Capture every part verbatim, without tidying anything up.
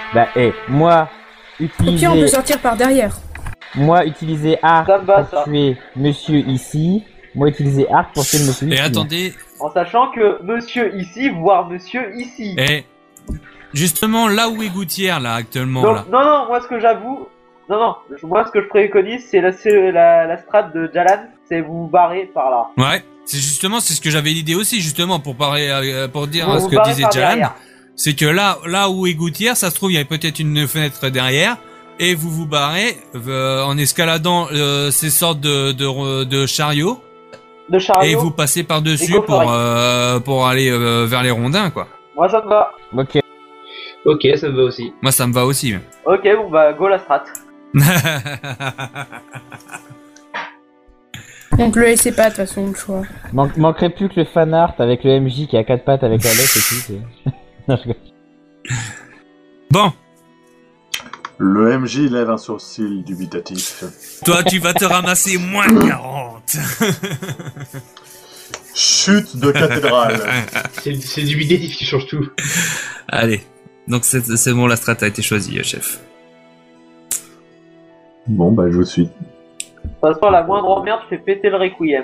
Bah, eh, moi, utiliser... Au pire, on peut sortir par derrière. Moi, utiliser arc Ça me va, pour ça. tuer monsieur ici. Moi, utiliser arc pour tuer monsieur Et ici. attendez, En sachant que monsieur ici, voire monsieur ici. et justement là où est Gouttière là actuellement Donc, là. non, non, moi ce que j'avoue, non, non, je- moi ce que je préconise, c'est la, c'est la, la strat de Jalan, c'est vous barrer par là. Ouais, c'est justement c'est ce que j'avais l'idée aussi justement pour parler euh, pour dire Vous euh, ce vous que barrez disait par Jalan, derrière. c'est que là là où est Gouttière, ça se trouve il y a peut-être une fenêtre derrière et vous vous barrez euh, en escaladant euh, ces sortes de de, de chariots De chariot, et vous passez par dessus Et pour coffret. euh, pour aller euh, vers les rondins quoi. moi ça me va. Ok. Ok, ça me va aussi. Moi ça me va aussi. Ok, bon bah go la strat. Donc le laissez pas de toute façon le choix. Man- manquerait plus que le fan art avec le M J qui a quatre pattes avec la laisse et tout. c'est- Non, je rigole. Bon, Le M J lève un sourcil dubitatif. toi tu vas te ramasser moins quarante. Chute de cathédrale. C'est c'est du bidétif qui change tout. Allez, donc c'est c'est bon, la strat a été choisie, chef. Bon, bah, je vous suis. De toute façon, la moindre emmerde fait péter le requiem.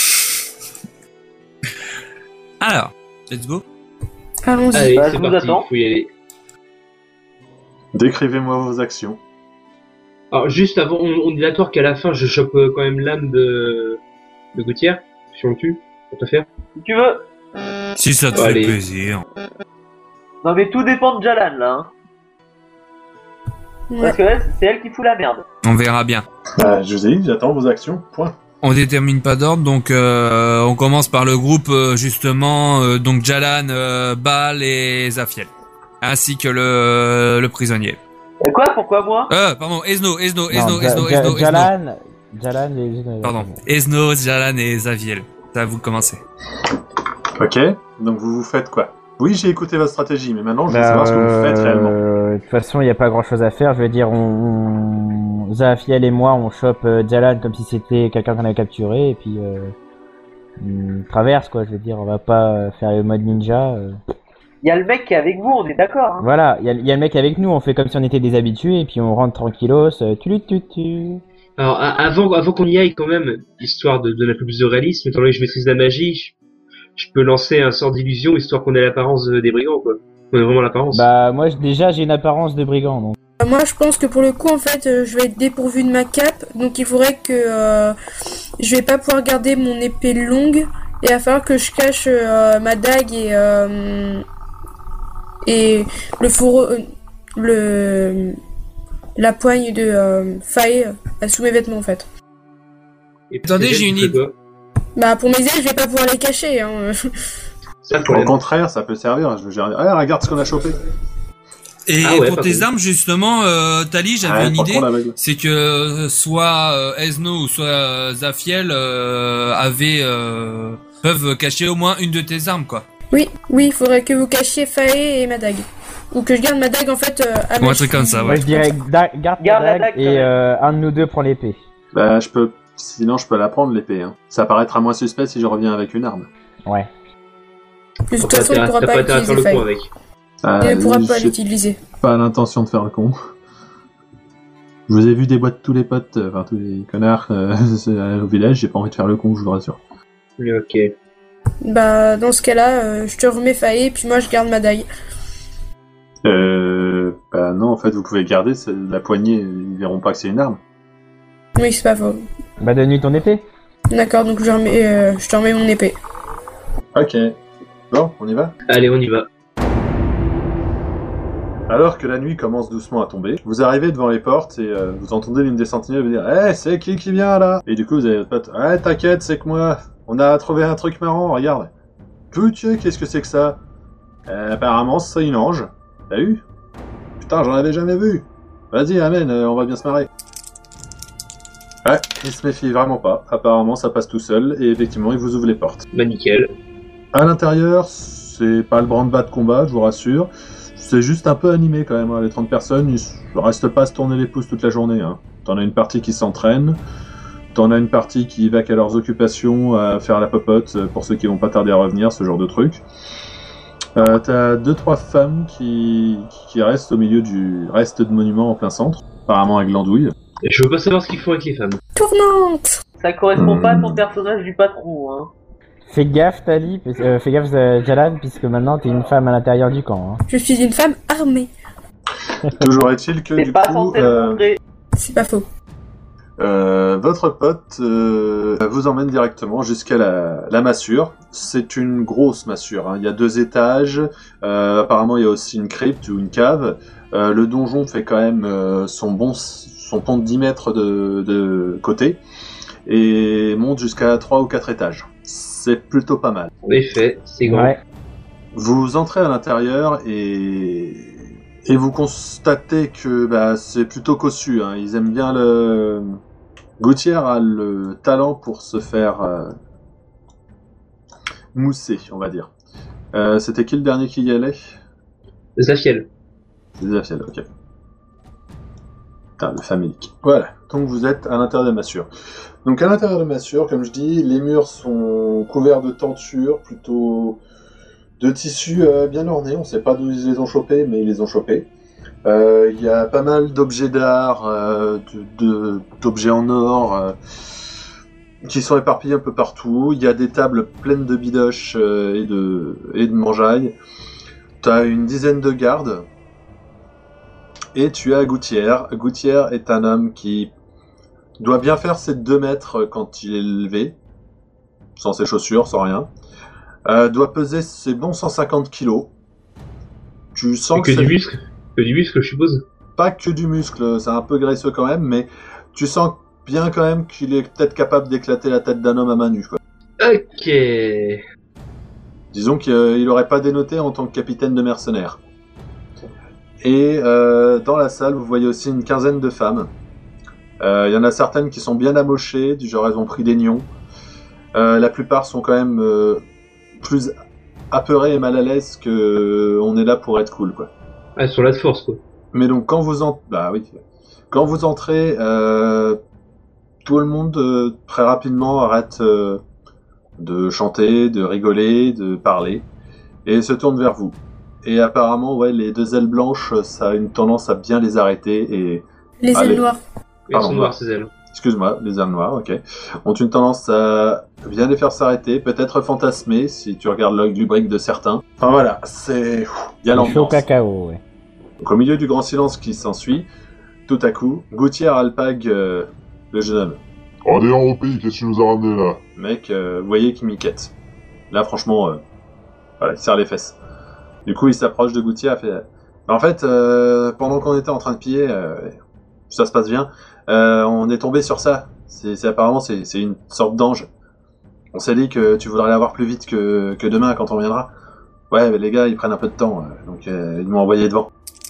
Alors, let's go. Allons-y. Allez, Bah, c'est je vous parti, attends. faut y aller. Décrivez-moi vos actions. Alors juste avant, on, on est d'accord qu'à la fin, je chope euh, quand même l'âme de de Gauthier, si on le tue, pour te faire. Si tu veux. Si ça te Allez. fait plaisir. Non mais tout dépend de Jalan là. Hein. Ouais. Parce que elle, c'est elle qui fout la merde. On verra bien. Bah, je vous ai dit, j'attends vos actions. Point. On détermine pas d'ordre, donc euh, on commence par le groupe euh, justement, euh, donc Jalan, euh, Bal et Zafiel, ainsi que le le prisonnier. Et quoi, pourquoi moi? Euh, pardon, Esno, Esno, Non, Esno, Ja- Esno, Ja- Esno, Esno. Jalan, Jalan et... Pardon, Esno, Jalan et Zafiel. C'est à vous de commencer. Ok. Donc, vous vous faites quoi? Oui, j'ai écouté votre stratégie, mais maintenant, je veux Bah, savoir ce que vous faites réellement. euh, De toute façon, il n'y a pas grand chose à faire. Je veux dire, on, on... Zafiel et moi, on chope euh, Jalan comme si c'était quelqu'un qu'on a capturé, et puis euh, on traverse quoi. Je veux dire, on va pas euh, faire le mode ninja. euh. Il y a le mec qui est avec vous, on est d'accord. Hein. Voilà, il y a, il y a le mec avec nous. On fait comme si on était des habitués, et puis on rentre tranquillos. Euh, tu tu tu. Alors a- avant, avant qu'on y aille quand même, histoire de donner un peu plus de réalisme, étant donné que je maîtrise la magie, je, je peux lancer un sort d'illusion histoire qu'on ait l'apparence euh, des brigands quoi. On a vraiment l'apparence. Bah moi, j- déjà, j'ai une apparence de brigand, donc. Moi, je pense que pour le coup, en fait, euh, je vais être dépourvu de ma cape, donc il faudrait que euh, je vais pas pouvoir garder mon épée longue, et il va falloir que je cache euh, ma dague et euh, et le fourreau, euh, le la poigne de euh, faille euh, sous mes vêtements en fait. Et puis, Attendez, c'est j'ai elle une qui fait idée. quoi Bah pour mes ailes, je vais pas pouvoir les cacher. Hein. C'est ça le Au problème. contraire, ça peut servir. Je veux dire, ah, regarde ce qu'on a chopé. Et Ah ouais, pour pas tes faux. armes, justement, euh, Tali, j'avais Ouais, une pas idée. trop l'aveugle. C'est que euh, soit euh, Esno ou soit euh, Zafiel euh, avaient, euh, peuvent cacher au moins une de tes armes, quoi. Oui, oui, il faudrait que vous cachiez faille et ma dague, ou que je garde ma dague en fait euh, à Ou ma un truc comme ça, Moi, ouais. je dirais da- garde ta Garde la dague, dague, quand et même. euh, un de nous deux prend l'épée. Bah, je peux. Sinon, je peux la prendre, l'épée. Hein. Ça paraîtra moins suspect si je reviens avec une arme. Ouais. De toute T'as façon, il ne pas pourra t'as pas pas intérêt à faire utiliser le con faille. avec. Ah, Il ne pourra pas j'ai l'utiliser. pas l'intention de faire le con. Je vous ai vu déboîter tous les potes, euh, enfin tous les connards euh, au village, j'ai pas envie de faire le con, je vous rassure. Ok. Bah, dans ce cas-là, euh, je te remets faillé, puis moi je garde ma dague. Euh. Bah non, en fait, vous pouvez garder c'est la poignée, ils verront pas que c'est une arme. Oui, c'est pas faux. Bah donne-lui ton épée. D'accord, donc je, remets, euh, je te remets mon épée. Ok. Bon, on y va. Allez, on y va. Alors que la nuit commence doucement à tomber, vous arrivez devant les portes et euh, vous entendez l'une des sentinelles vous dire « Eh, c'est qui qui vient là ?» Et du coup, vous avez votre pote « Eh, t'inquiète, c'est que moi, on a trouvé un truc marrant, regarde. »« Putain, qu'est-ce que c'est que ça ?»« euh, Apparemment, c'est une ange. T'as vu ? Putain, j'en avais jamais vu. Vas-y, amène, euh, on va bien se marrer. » Ouais, il se méfie vraiment pas. Apparemment, ça passe tout seul et effectivement, il vous ouvre les portes. Bah nickel. À l'intérieur, c'est pas le branle-bas de combat, je vous rassure. C'est juste un peu animé quand même, hein. Les trente personnes, ils restent pas à se tourner les pouces toute la journée. Hein. T'en as une partie qui s'entraîne, t'en as une partie qui va qu'à leurs occupations, à faire la popote, pour ceux qui vont pas tarder à revenir, ce genre de truc. Euh, t'as deux trois femmes qui, qui restent au milieu du reste de monument en plein centre, apparemment avec l'andouille. Et je veux pas savoir ce qu'ils font avec les femmes. Tournante. Ça correspond Hmm. pas à ton personnage du patron, hein. Fais gaffe, Tali, puis- euh, fais gaffe, euh, Jalan, puisque maintenant t'es une femme à l'intérieur du camp. Hein. Je suis une femme armée. Toujours est-il que T'es du pas coup, censé le euh, montrer. C'est pas faux. euh, votre pote euh, vous emmène directement jusqu'à la, la massure. C'est une grosse massure, hein. Il y a deux étages, euh, apparemment il y a aussi une crypte ou une cave. Euh, le donjon fait quand même euh, son bon son pont de dix mètres de, de côté et monte jusqu'à trois ou quatre étages. C'est plutôt pas mal. En effet, c'est grand. Ouais. Vous entrez à l'intérieur et, et vous constatez que bah, c'est plutôt cossu, hein. Ils aiment bien le... Gauthier a le talent pour se faire euh, mousser, on va dire. Euh, C'était qui le dernier qui y allait? Zafiel. C'est Zafiel, ok. Putain, le famélique. Voilà, donc vous êtes à l'intérieur de Massure. Donc à l'intérieur de Massure, comme je dis, les murs sont couverts de tentures, plutôt de tissus euh, bien ornés. On ne sait pas d'où ils les ont chopés, mais ils les ont chopés. Euh, Il y a pas mal d'objets d'art, euh, de- de- d'objets en or, euh, qui sont éparpillés un peu partout. Il y a des tables pleines de bidoches euh, et de, et de mangeailles. T'as une dizaine de gardes. Et tu as Gouttière. Gouttière est un homme qui doit bien faire ses deux mètres quand il est levé, sans ses chaussures, sans rien. Euh, doit peser ses bons cent cinquante kilos. Tu sens Et que, que c'est du muscle. Que du muscle, je suppose. pas que du muscle, c'est un peu graisseux quand même, mais tu sens bien quand même qu'il est peut-être capable d'éclater la tête d'un homme à main nue, quoi. Ok. Disons qu'il n'aurait pas dénoté en tant que capitaine de mercenaires. Et euh, dans la salle, vous voyez aussi une quinzaine de femmes. Euh, Il y en a certaines qui sont bien amochées, du genre elles ont pris des nions. Euh, la plupart sont quand même euh, plus apeurées et mal à l'aise que euh, on est là pour être cool, quoi. Ah, sur la de force, quoi. Mais donc quand vous en... bah oui, quand vous entrez, euh, tout le monde euh, très rapidement arrête euh, de chanter, de rigoler, de parler, et se tourne vers vous. Et apparemment, ouais, les deux ailes blanches, ça a une tendance à bien les arrêter et... Les Allez. ailes noires. Elles Pardon, sont noires, ces ailes. Excuse-moi, les ailes noires, ok. Ont une tendance à bien les faire s'arrêter, peut-être fantasmer si tu regardes l'œil du brick de certains. Enfin voilà, c'est... Il y a Chaud l'ambiance. cacao, ouais. Donc au milieu du grand silence qui s'ensuit, tout à coup, Gauthier alpague euh, le jeune homme. Allez en pays, qu'est-ce que tu nous as ramené là? Mec, euh, vous voyez qu'il miquette. Là, franchement, euh, voilà, il serre les fesses. Du coup, il s'approche de Gauthier, a fait... En fait, euh, pendant qu'on était en train de piller, euh, ça se passe bien, euh, on est tombé sur ça. C'est, c'est apparemment, c'est, c'est une sorte d'ange. On s'est dit que tu voudrais l'avoir plus vite que, que demain quand on viendra. Ouais, mais les gars, ils prennent un peu de temps, euh, donc euh, ils m'ont envoyé devant.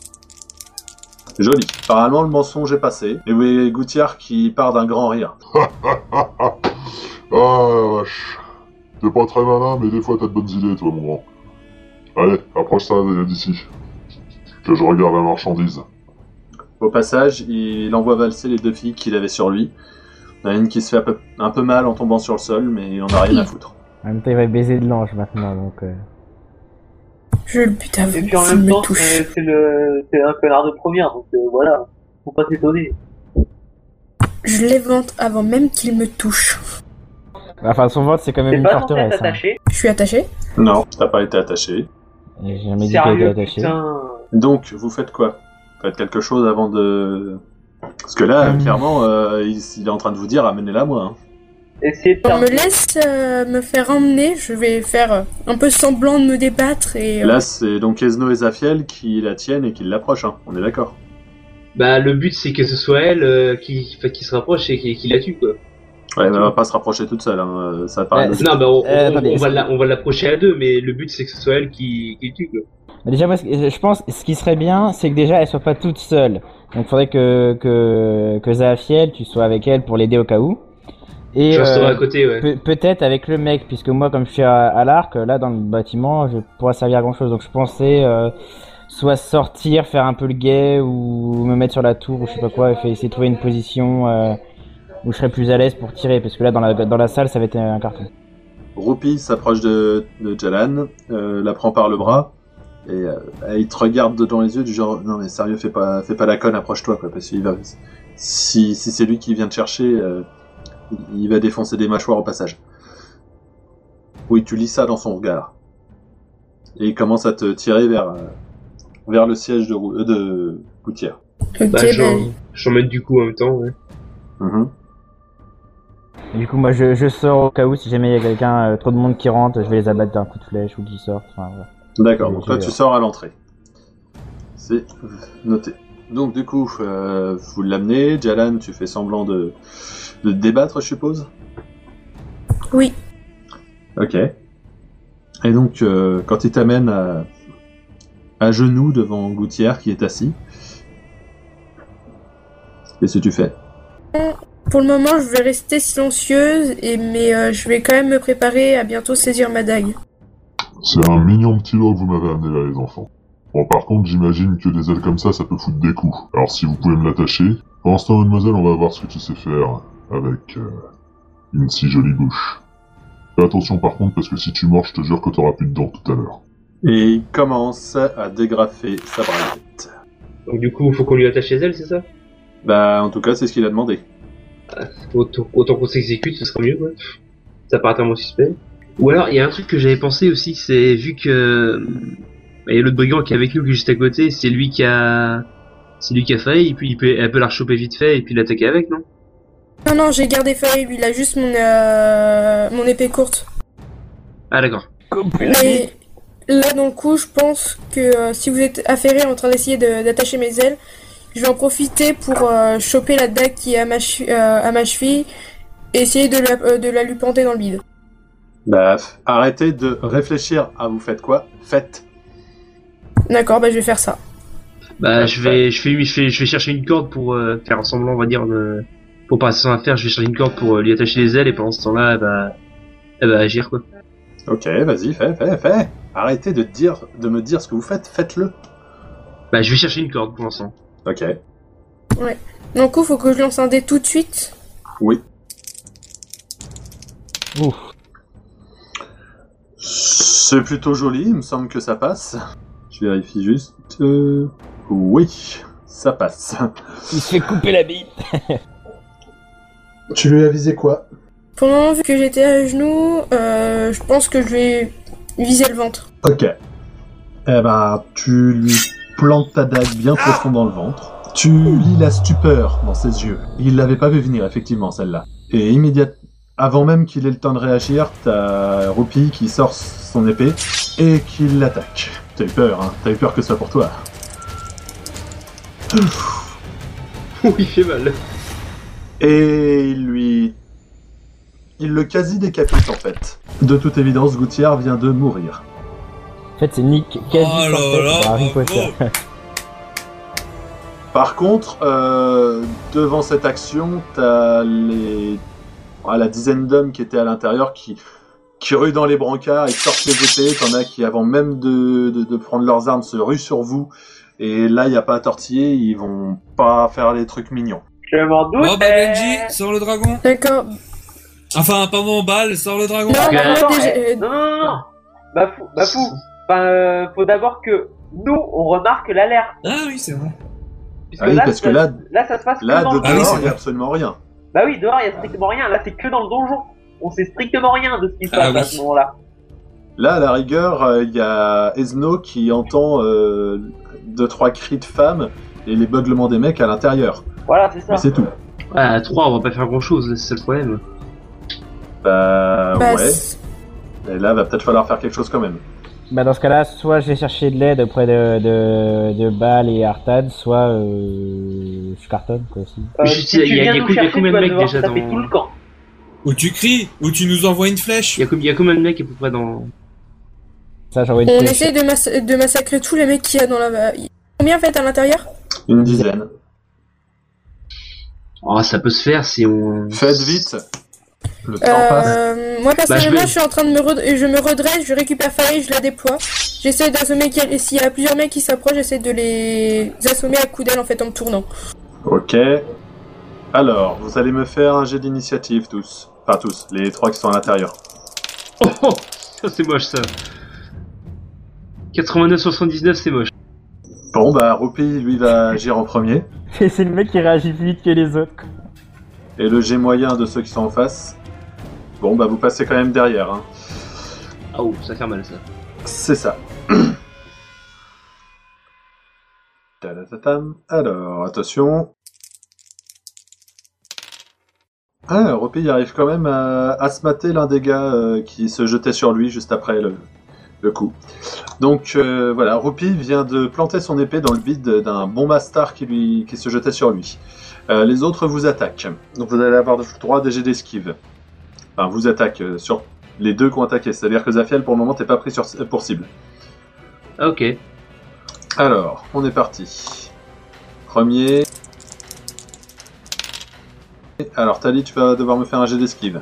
Joli. Apparemment, le mensonge est passé. Et vous voyez Gouttière qui part d'un grand rire. Ah la vache. T'es pas très malin, mais des fois t'as de bonnes idées, toi, mon grand. Allez, approche ça d'ici. Que je regarde la marchandise. Au passage, il envoie valser les deux filles qu'il avait sur lui. Il y en a une qui se fait un peu, un peu mal en tombant sur le sol, mais il en a rien à foutre. En même temps, il va baiser de l'ange maintenant, donc... Euh... Je le bute avant Et puis en qu'il même me temps, touche. c'est c'est le, c'est un connard de première, donc euh, voilà. Faut pas s'étonner. Je l'évente avant même qu'il me touche. Enfin, son ventre, c'est quand même T'es une pas censé forteresse. être hein. attaché. Je suis attachée. Non, t'as pas été attaché. J'ai jamais dit qu'elle était Sérieux, attachée. putain. Donc, vous faites quoi? Faites quelque chose avant de... Parce que là, Hum. clairement, euh, il, il est en train de vous dire, amenez-la moi. Hein. Essayez de On faire... me laisse euh, me faire emmener. Je vais faire euh, un peu semblant de me débattre et... euh, Là, c'est donc Esno et Zafiel qui la tiennent et qui l'approchent, hein. On est d'accord. Bah, le but, c'est que ce soit elle euh, qui, enfin, qui se rapproche et qui, qui la tue, quoi. Ouais, mais elle va pas se rapprocher toute seule, hein. euh, Ça paraît... Euh, logique. Non, bah, on, Euh, on- attendez, on va est-ce la- on va l'approcher à deux, mais le but, c'est que ce soit elle qui, qui le tue, quoi. Mais déjà, moi, ce- je pense, ce qui serait bien, c'est que déjà, elle soit pas toute seule. Donc, faudrait que que que Zafiel, tu sois avec elle pour l'aider au cas où. Et Je resterai euh, à côté, ouais. Pe- peut-être avec le mec, puisque moi, comme je suis à, à l'arc, là dans le bâtiment, je pourrais servir à grand chose. Donc je pensais euh, soit sortir, faire un peu le guet, ou me mettre sur la tour, ou je sais pas quoi, et faire- essayer de trouver une position euh, où je serais plus à l'aise pour tirer, parce que là dans la dans la salle, ça va être un carton. Rupi s'approche de, de Jalan, euh, la prend par le bras, et euh, il te regarde dans les yeux du genre, non mais sérieux, fais pas, fais pas la conne, approche-toi, quoi, parce qu'il va, si, si c'est lui qui vient te chercher, euh, il, il va défoncer des mâchoires au passage. Oui, tu lis ça dans son regard. Et il commence à te tirer vers, euh, vers le siège de, Rou- euh, de Gouttière. Ok, Bah, ben, j'en, j'en mets du coup en même temps, ouais. Mhm. Du coup, moi, je, je sors au cas où si jamais il y a quelqu'un, euh, trop de monde qui rentre, je vais les abattre d'un coup de flèche ou qui sortent. Enfin, voilà. D'accord, Et donc toi j'ai- tu sors à l'entrée. C'est noté. Donc du coup, euh, vous l'amenez, Jalan, tu fais semblant de, de te débattre, je suppose. oui. Ok. Et donc, euh, quand il t'amène à, à genoux devant Gouttière qui est assis, qu'est-ce que tu fais? Pour le moment, je vais rester silencieuse, et, mais euh, je vais quand même me préparer à bientôt saisir ma dague. C'est un mignon petit lot que vous m'avez amené là, les enfants. Bon, par contre, j'imagine que des ailes comme ça, ça peut foutre des coups. Alors, si vous pouvez me l'attacher. Pendant ce temps, mademoiselle, on va voir ce que tu sais faire avec euh, une si jolie bouche. Fais attention par contre, parce que si tu mords, je te jure que t'auras plus de dents tout à l'heure. Et il commence à dégrafer sa braguette. Donc du coup, faut qu'on lui attache les ailes, c'est ça? Bah, en tout cas, c'est ce qu'il a demandé. Autant, autant qu'on s'exécute, ce sera mieux, quoi. Ça paraît tellement suspect. Ou alors, il y a un truc que j'avais pensé aussi, c'est vu que il y a l'autre brigand qui est avec nous, qui est juste à côté, c'est lui qui a, c'est lui qui a failli, et puis il peut, elle peut la choper vite fait et puis l'attaquer avec, non? Non, non, j'ai gardé Faye, lui, il a juste mon, euh, mon épée courte. Ah d'accord. Mais là, dans le coup, je pense que euh, si vous êtes affairé en train d'essayer de- d'attacher mes ailes, je vais en profiter pour euh, choper la dague qui est à ma, che- euh, à ma cheville et essayer de la, euh, de la lui planter dans le bide. Bah, f- arrêtez de réfléchir à vous faites quoi, faites. D'accord, bah je vais faire ça. Bah je vais, je fais, je fais, je vais chercher une corde pour euh, faire un semblant, on va dire, de, pour passer son affaire. Je vais chercher une corde pour euh, lui attacher les ailes et pendant ce temps-là, elle va, elle va agir quoi. Ok, vas-y, fais, fais, fais. Arrêtez de dire, de me dire ce que vous faites, faites-le. Bah je vais chercher une corde pour l'instant. Ok, Dans le coup, faut que je lance un dé tout de suite. oui. Ouf. C'est plutôt joli, il me semble que ça passe. Je vérifie juste. Euh, Oui, ça passe. Il se fait couper la bite. Tu lui as visé quoi? Pour le moment, vu que j'étais à genoux, euh, je pense que je vais viser le ventre. Ok. Eh ben, tu lui plantes ta dague bien profond dans le ventre. Tu lis la stupeur dans ses yeux. Il l'avait pas vu venir, effectivement, celle-là. Et immédiatement, avant même qu'il ait le temps de réagir, t'as Rupi qui sort son épée et qui l'attaque. T'as eu peur, hein. T'as eu peur que ce soit pour toi. Oui, il fait mal. Et il lui... Il le quasi décapite, en fait. De toute évidence, Gouttière vient de mourir. En fait, c'est Nick quasi Oh là sans tête, là, bah, Harry bravo. Potter. Par contre, euh, devant cette action, t'as les... ah, la dizaine d'hommes qui étaient à l'intérieur qui, qui ruent dans les brancards, ils sortent les épées, t'en as qui, avant même de, de, de prendre leurs armes, se ruent sur vous. Et là, il n'y a pas à tortiller, ils vont pas faire des trucs mignons. Je m'en doute. Bon bah Benji, sors le dragon. D'accord. Enfin, pardon, Bal, sors le dragon. Non, Ok. moi, Attends, déjà, eh, euh, non, non, non, non. Bafou, Bafou. Enfin, euh, faut d'abord que nous, on remarque l'alerte. Ah oui, c'est vrai. Puisque Ah oui, là, parce que ça- là- là, ça se passe Là, que dans de le Ah oui, dehors, c'est il n'y a vrai. absolument rien. Bah oui, dehors, il y a strictement rien. Là, c'est que dans le donjon. On sait strictement rien de ce qui se Ah passe oui. à ce moment-là. Là, à la rigueur, euh, il y a Esno qui entend euh, deux, trois cris de femmes et les beuglements des mecs à l'intérieur. Voilà, c'est ça. Mais c'est tout. Ouais, à trois, on va pas faire grand chose, c'est ça le problème. Bah, bah, ouais. c'est- Et là, va peut-être falloir faire quelque chose quand même. Bah dans ce cas-là, soit je vais chercher de l'aide auprès de, de, de Bal et Artad, soit euh, je cartonne quoi aussi. Euh, Juste, si il y a- tu il y a- viens il y a nous combien- chercher, combien tu de vas mecs devoir déjà taper dans- tout le camp. Ou tu cries, ou tu nous envoies une flèche. Il y a, com- il y a combien de mecs à peu près dans... Ça j'envoie une on flèche. essaie de, massa- de massacrer tous les mecs qu'il y a dans la... Combien en fait à l'intérieur? Une dizaine. Oh, ça peut se faire si on... Faites vite. Le temps passe. Euh, moi personnellement, Bah, je vais- je suis en train de me red- je me redresse, je récupère Faye, je la déploie. J'essaie d'assommer quel- et s'il y a plusieurs mecs qui s'approchent, j'essaie de les assommer à coups d'aile en fait en me tournant. Ok. Alors, vous allez me faire un jet d'initiative tous. Enfin tous, les trois qui sont à l'intérieur. Oh, oh, ça c'est moche ça. quatre-vingt-neuf soixante-dix-neuf, c'est moche. Bon, bah, Roupi, lui, va agir en premier. Et c'est le mec qui réagit plus vite que les autres. quoi. Et le jet moyen de ceux qui sont en face. Bon, bah, vous passez quand même derrière. Hein. Ah oh, ça fait mal ça. C'est ça. Tadatatam. Alors, attention. Ah, Roupi arrive quand même à, à se mater l'un des gars euh, qui se jetait sur lui juste après le, le coup. Donc euh, voilà, Roupi vient de planter son épée dans le vide d'un bon bastard qui, lui, qui se jetait sur lui. Euh, les autres vous attaquent. Donc vous allez avoir droit à des jets d'esquive. Enfin, vous attaquent euh, sur les deux qui ont attaqué. C'est-à-dire que Zafiel, pour le moment, t'es pas pris sur, pour cible. Ah, ok. Alors, on est parti. Premier... Alors, Tali, tu vas devoir me faire un jet d'esquive.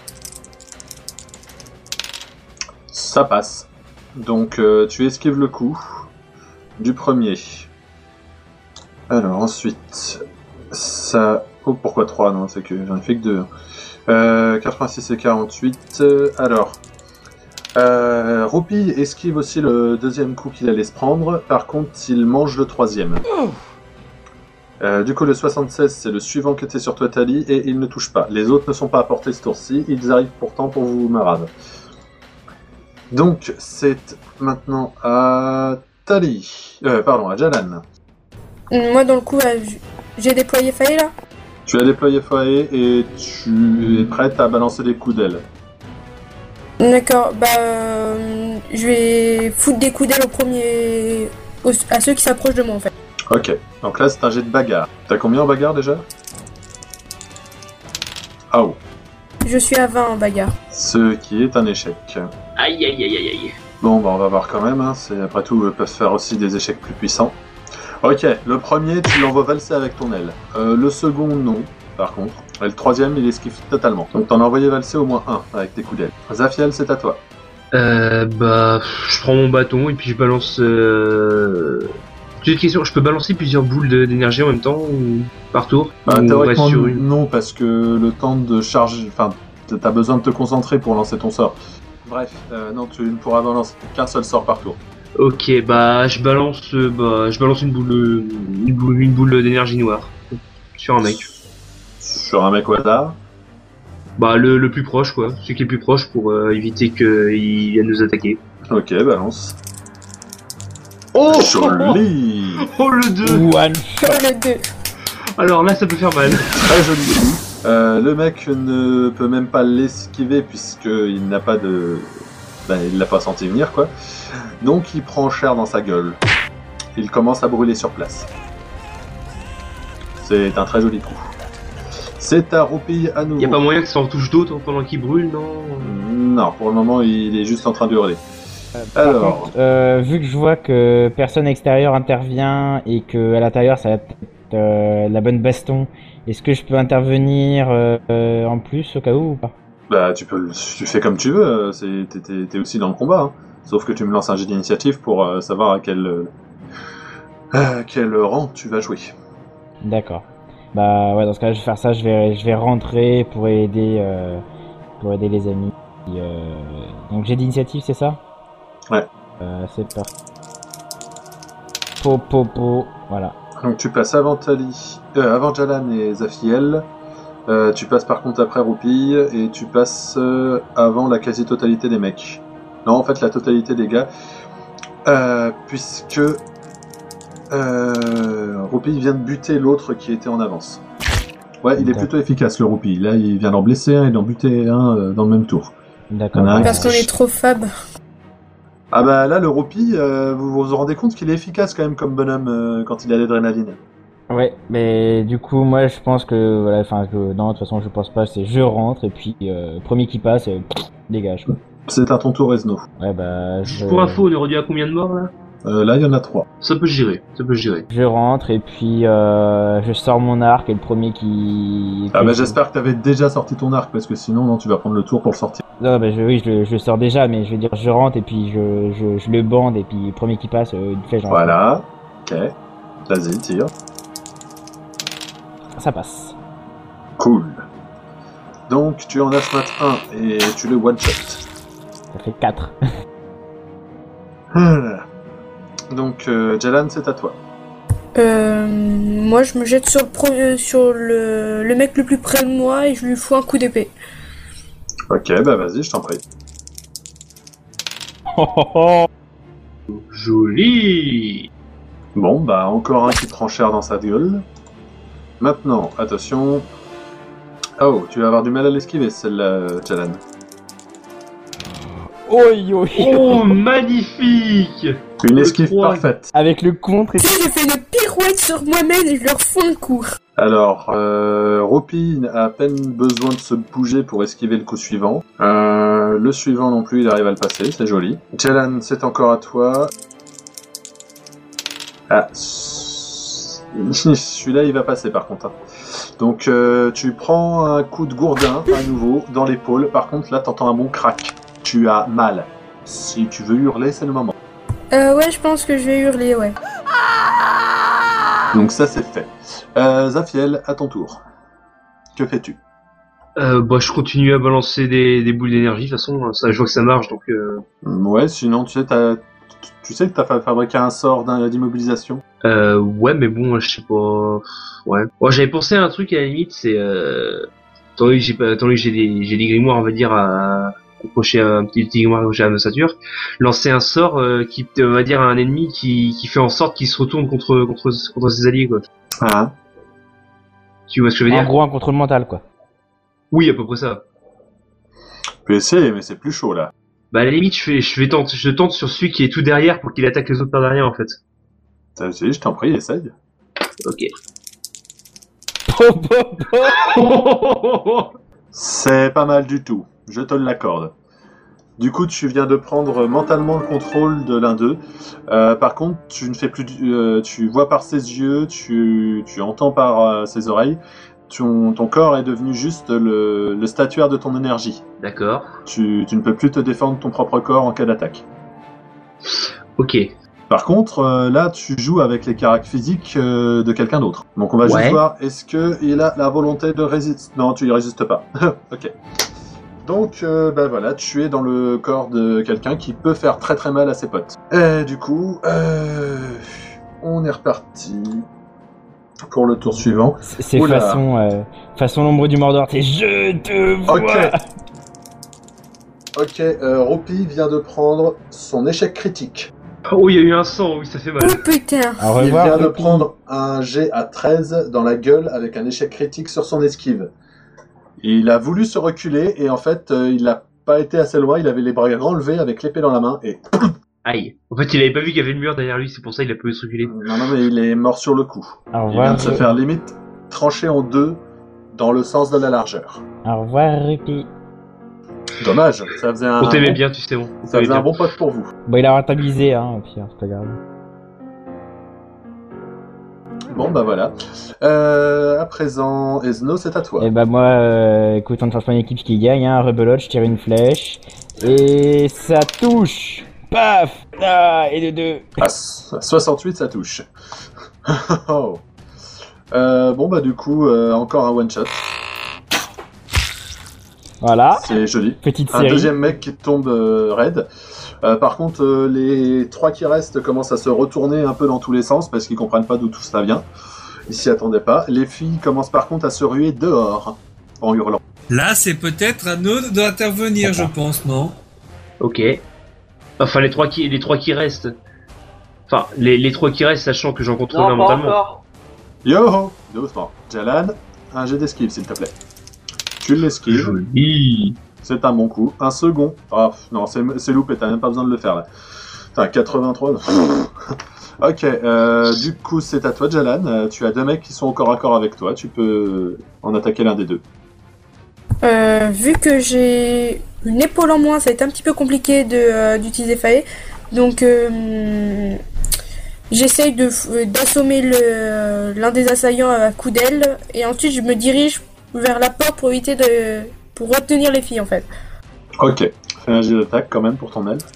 Ça passe. Donc, euh, tu esquives le coup du premier. Alors, ensuite, ça... Oh, pourquoi trois? Non, c'est que j'en ai fait que deux. Euh, quatre-vingt-six et quarante-huit. Alors, euh, Roupi esquive aussi le deuxième coup qu'il allait se prendre. Par contre, il mange le troisième. Euh, du coup, le soixante-seize, c'est le suivant qui était sur toi, Tali, et il ne touche pas. Les autres ne sont pas apportés ce tour-ci, ils arrivent pourtant pour vous marade. Donc, c'est maintenant à Tali. Euh, pardon, à Jalan. Moi, dans le coup, là, j'ai déployé Faye, là. Tu as déployé Faye et tu es prête à balancer des coups d'aile. D'accord, bah... euh, je vais foutre des coups d'aile au premier... au- à ceux qui s'approchent de moi, en fait. Ok, donc là, c'est un jet de bagarre. T'as combien en bagarre, déjà? Ah oh, Je suis à vingt en bagarre. ce qui est un échec. Aïe aïe aïe aïe aïe. Bon, bah on va voir quand même, hein. C'est, après tout, ils peuvent faire aussi des échecs plus puissants. Ok, le premier, tu l'envoies valser avec ton aile. Euh, le second, non, par contre. Et le troisième, il esquive totalement. Donc t'en as envoyé valser au moins un avec tes coups d'aile. Zafiel, c'est à toi. Euh, bah, je prends mon bâton et puis je balance... Euh... Petite question, je peux balancer plusieurs boules de- d'énergie en même temps ou par tour? Bah, Ou on théoriquement, reste sur une? non, parce que le temps de charge... Enfin, t'as besoin de te concentrer pour lancer ton sort. Bref, euh, non, tu ne pourras balancer qu'un seul sort par tour. Ok, bah je balance, euh, bah je balance une boule, euh, une boule, une boule d'énergie noire sur un mec. Sur un mec au hasard. Bah le, le plus proche quoi, celui qui est le plus proche pour euh, éviter qu'il vienne nous attaquer. Ok, balance. Oh Joli. Oh le deux. One. Sur le deux. Alors là ça peut faire mal. Très joli coup. Euh, le mec ne peut même pas l'esquiver puisqu'il n'a pas de... Ben, il l'a pas senti venir, quoi. Donc il prend cher dans sa gueule. Il commence à brûler sur place. C'est un très joli coup. C'est à Roupi à nouveau. Y a pas moyen que ça en touche d'autres pendant qu'il brûle, non? Non, pour le moment, il est juste en train de hurler. Par Alors, contre, euh, vu que je vois que personne extérieur intervient et que à l'intérieur ça va être euh, la bonne baston, est-ce que je peux intervenir euh, euh, en plus au cas où ou pas? bah, tu peux, tu fais comme tu veux. euh, C'est, t'es, t'es- t'es aussi dans le combat. Hein. Sauf que tu me lances un jet d'initiative pour euh, savoir à quel, euh, à quel rang tu vas jouer. D'accord. Bah ouais, dans ce cas-là, je vais faire ça. Je vais, je vais rentrer pour aider, euh, pour aider les amis. Et, euh, Donc j'ai d'initiative, c'est ça? Ouais. Euh, c'est parti. Po po po. Voilà. Donc tu passes avant Tali, euh, avant Jalan et Zafiel. Euh, tu passes par contre après Roupi et tu passes euh, avant la quasi-totalité des mecs. Non, en fait la totalité des gars, euh, puisque euh, Roupi vient de buter l'autre qui était en avance. Ouais, il est D'accord. plutôt efficace le Roupi. Là, il vient d'en blesser un et d'en buter un euh, dans le même tour. D'accord. Il y en a un Parce qu'on est trop fab. Ah bah là, le Roupi, euh, vous vous rendez compte qu'il est efficace quand même comme bonhomme euh, quand il a l'adrénaline. Ouais, mais du coup, moi, je pense que voilà, enfin, je... non, de toute façon, je pense pas. C'est je rentre et puis euh, premier qui passe, euh, pff, dégage. Quoi. C'est à ton tour, Ezno. Ouais, bah, je... Juste pour info, on est rendu à combien de morts là? Euh, là, il y en a trois. Ça peut se gérer, ça peut se gérer. Je rentre et puis euh, je sors mon arc et le premier qui. Ah que bah je- j'espère que t'avais déjà sorti ton arc parce que sinon non tu vas prendre le tour pour le sortir. Non, bah je, oui, je, le- je le sors déjà, mais je veux dire, je rentre et puis je, je, je le bande et puis le premier qui passe, euh, une flèche. dans la Voilà. Ok. Vas-y, tire. tête. Ça passe. Cool. Donc tu en as ce un et tu le one shot. Ça fait quatre. Donc, euh, Jalan, c'est à toi. Euh, moi, je me jette sur le pro- sur le, le mec le plus près de moi et je lui fous un coup d'épée. Ok, bah vas-y, je t'en prie. Oh, oh, oh. Joli. Bon, bah encore un qui prend cher dans sa gueule. Maintenant, attention. Oh, tu vas avoir du mal à l'esquiver, celle-là, Jalan. Oi, oi. Oh, magnifique. Une Le esquive trois. parfaite. Avec le contre et Tu sais, j'ai fait une pirouette sur moi-même et je leur fous un coup. Alors, euh, Ropi a à peine besoin de se bouger pour esquiver le coup suivant. Euh, le suivant non plus, il arrive à le passer, c'est joli. Jalan, c'est encore à toi. Ah, celui-là, il va passer par contre. Donc, euh, tu prends un coup de gourdin à nouveau dans l'épaule. Par contre, là, t'entends un bon crack. Tu as mal. Si tu veux hurler, c'est le moment. Euh, ouais, je pense que je vais hurler, ouais. Donc ça, c'est fait. Euh, Zafiel, à ton tour. Que fais-tu? Euh, bah, je continue à balancer des, des boules d'énergie. De toute façon, ça, je vois que ça marche, donc. Euh, Ouais, sinon, tu sais, t'as, tu sais que t'as fa- fabriqué un sort d'un- d'immobilisation. euh, ouais, mais bon, je sais pas. Ouais. Bon, j'avais pensé à un truc à la limite, c'est. Euh, étant donné que j'ai pas, étant donné que j'ai des, j'ai des grimoires, on va dire à accrocher un petit, petit grimoire accroché à ma ossature, lancer un sort euh, qui, on va dire, à un ennemi qui, qui fait en sorte qu'il se retourne contre, contre, contre ses alliés, quoi. Ah, Tu vois ce que je veux en dire? gros un contrôle mental quoi. Oui, à peu près ça. tu peux essayer, mais c'est plus chaud, là. Bah, à la limite, je fais, je vais tente, je tente sur celui qui est tout derrière pour qu'il attaque les autres par derrière, en fait. T'as essayé, je t'en prie, essaye. Ok. Oh, oh, oh. C'est pas mal du tout, je te l'accorde. Du coup, tu viens de prendre mentalement le contrôle de l'un d'eux. Euh, par contre, tu ne fais plus, du- euh, tu vois par ses yeux, tu, tu entends par euh, ses oreilles. Ton, ton corps est devenu juste le, le statuaire de ton énergie. D'accord. Tu, tu ne peux plus te défendre ton propre corps en cas d'attaque. Ok. Par contre, euh, là, tu joues avec les caractères physiques euh, de quelqu'un d'autre. Donc, on va Ouais. juste voir, est-ce qu'il a la volonté de résister? Non, tu y résistes pas. Ok. Donc, euh, bah voilà, tu es dans le corps de quelqu'un qui peut faire très très mal à ses potes. Et du coup, euh, on est reparti pour le tour suivant. C'est c'est Oula. façon euh, façon l'ombre du Mordor, c'est je te vois. Ok. Ok, euh, Ropi vient de prendre son échec critique. Oh, il y a eu un sang, oui, ça fait mal. Oh putain. Au Il revoir. vient de Ropi. prendre un jet à treize dans la gueule avec un échec critique sur son esquive. Il a voulu se reculer et en fait, euh, il n'a pas été assez loin. Il avait les bras enlevés avec l'épée dans la main et Aïe. En fait, il avait pas vu qu'il y avait le mur derrière lui, c'est pour ça qu'il a pu se reculer. non, non, mais il est mort sur le coup. Au Il vient revoir. de se faire limite trancher en deux dans le sens de la largeur. Au revoir Rupi. Dommage, ça faisait un, On t'aimait bien, tu sais, bon. On ça t'aimait faisait un bien. bon pote pour vous. Bon, il a rentabilisé hein, au pire, c'est pas grave. Bon, bah voilà. Euh, à présent, Ezno, c'est à toi. Et bah moi, euh, écoute, on ne change pas une équipe qui gagne, hein, rebelote, je tire une flèche, et ça touche. Paf. Ah, et de deux. À soixante-huit, ça touche. Oh. Euh, bon, bah du coup, euh, encore un one-shot. Voilà, C'est joli. petite Un série. deuxième mec qui tombe euh, raide. Euh, par contre, euh, les trois qui restent commencent à se retourner un peu dans tous les sens parce qu'ils comprennent pas d'où tout ça vient. Ils s'y attendaient pas. Les filles commencent par contre à se ruer dehors en hurlant. Là, c'est peut-être à nous d'intervenir, je pense, non? Ok. Enfin, les trois qui, les trois qui restent. Enfin, les, les trois qui restent, sachant que j'en contrôle un Non, pas mentalement. encore. Yo, doucement. Jalan, un jet d'esquive s'il te plaît. Tu l'esquives. Joli. C'est un bon coup. Un second. Ah, pff, non, c'est c'est loupé, t'as même pas besoin de le faire là. T'as quatre-vingt-trois. Ok, euh, du coup c'est à toi Jalan. Euh, tu as deux mecs qui sont au corps à corps avec toi. Tu peux en attaquer l'un des deux. Euh, vu que j'ai une épaule en moins, ça va être un petit peu compliqué de, euh, d'utiliser Fae. Donc, euh, j'essaye de, f- d'assommer le, l'un des assaillants à coup d'aile. Et ensuite, je me dirige vers la porte pour éviter de... pour retenir les filles, en fait. Ok, fais un jet d'attaque quand même pour ton aile.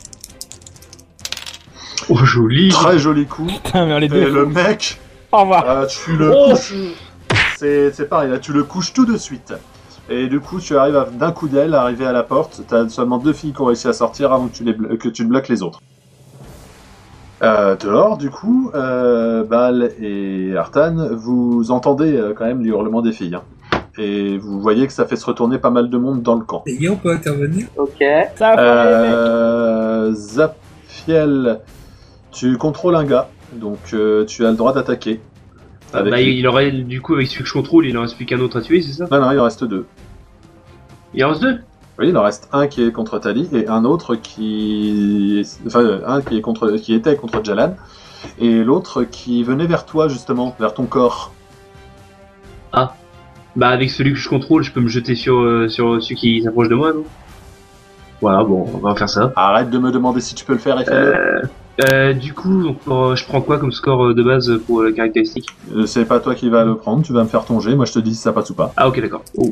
Oh, joli. Très joli coup. Putain, mais on les Et deux. le mec, Au revoir. euh, tu le Oh. couches. C'est c'est pareil, là tu le couches tout de suite. Et du coup, tu arrives à, d'un coup d'aile, à arriver à la porte. T'as seulement deux filles qui ont réussi à sortir avant que tu, les blo- que tu bloques les autres. Euh, dehors, du coup, euh, Bal et Artan, vous entendez euh, quand même les hurlements des filles. Hein. Et vous voyez que ça fait se retourner pas mal de monde dans le camp. Les gars, on peut intervenir? Ok. Ça va, Euh, Zafiel, tu contrôles un gars, donc euh, tu as le droit d'attaquer. Ah, Avec bah, lui. il aurait, du coup, avec celui que je contrôle, il en reste plus qu'un autre à tuer, c'est ça? Non, non, il en reste deux. Il en reste deux? Oui, il en reste un qui est contre Tali et un autre qui, enfin, un qui est contre, qui était contre Jalan, et l'autre qui venait vers toi justement, vers ton corps. Ah. Bah, avec celui que je contrôle, je peux me jeter sur, euh, sur celui qui s'approche de moi, non? Voilà, bon, on va faire ça. Arrête de me demander si tu peux le faire et fais-le. Euh, euh, du coup, donc, pour, je prends quoi comme score euh, de base pour la caractéristique? Euh, C'est pas toi qui vas le prendre, tu vas me faire ton jet, moi je te dis si ça passe ou pas. Ah, ok, d'accord. Oh.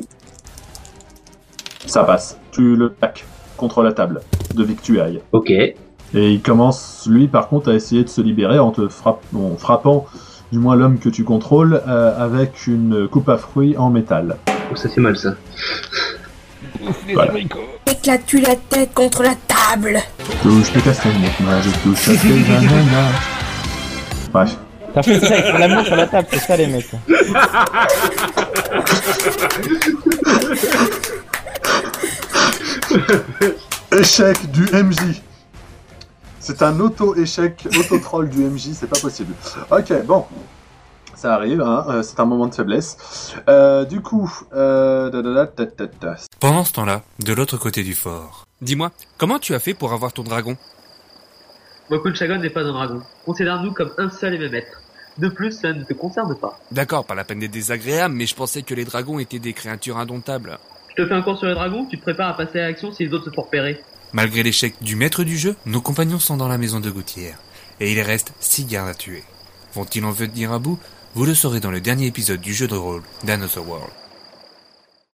Ça passe. Tu le plaques contre la table de Victuailles. Ok. Et il commence, lui, par contre, à essayer de se libérer en te frapp- en frappant, du moins l'homme que tu contrôles, euh, avec une coupe à fruits en métal. Oh, ça fait mal, ça. Voilà. Éclate-tu la tête contre la table. Touche tes castagnettes, moi je touche à tes ananas. Bref. T'as fait ça avec l'amour sur la table, c'est ça les mecs. Échec du M J. C'est un auto-échec, auto-troll du M J, c'est pas possible. Ok, bon. Ça arrive, hein, euh, c'est un moment de faiblesse. Euh, du coup, euh... da, da, da, da, da, da. Pendant ce temps-là, de l'autre côté du fort. Dis-moi, comment tu as fait pour avoir ton dragon? Mokun Shagon n'est pas un dragon. Considère-nous comme un seul et même être. De plus, ça ne te concerne pas. D'accord, pas la peine d'être désagréable, mais je pensais que les dragons étaient des créatures indomptables. Je te fais un cours sur les dragons, tu te prépares à passer à l'action si les autres se font repérer. Malgré l'échec du maître du jeu, nos compagnons sont dans la maison de Gouttière. Et il reste six gardes à tuer. Vont-ils en venir à bout? Vous le saurez dans le dernier épisode du jeu de rôle d'Another World.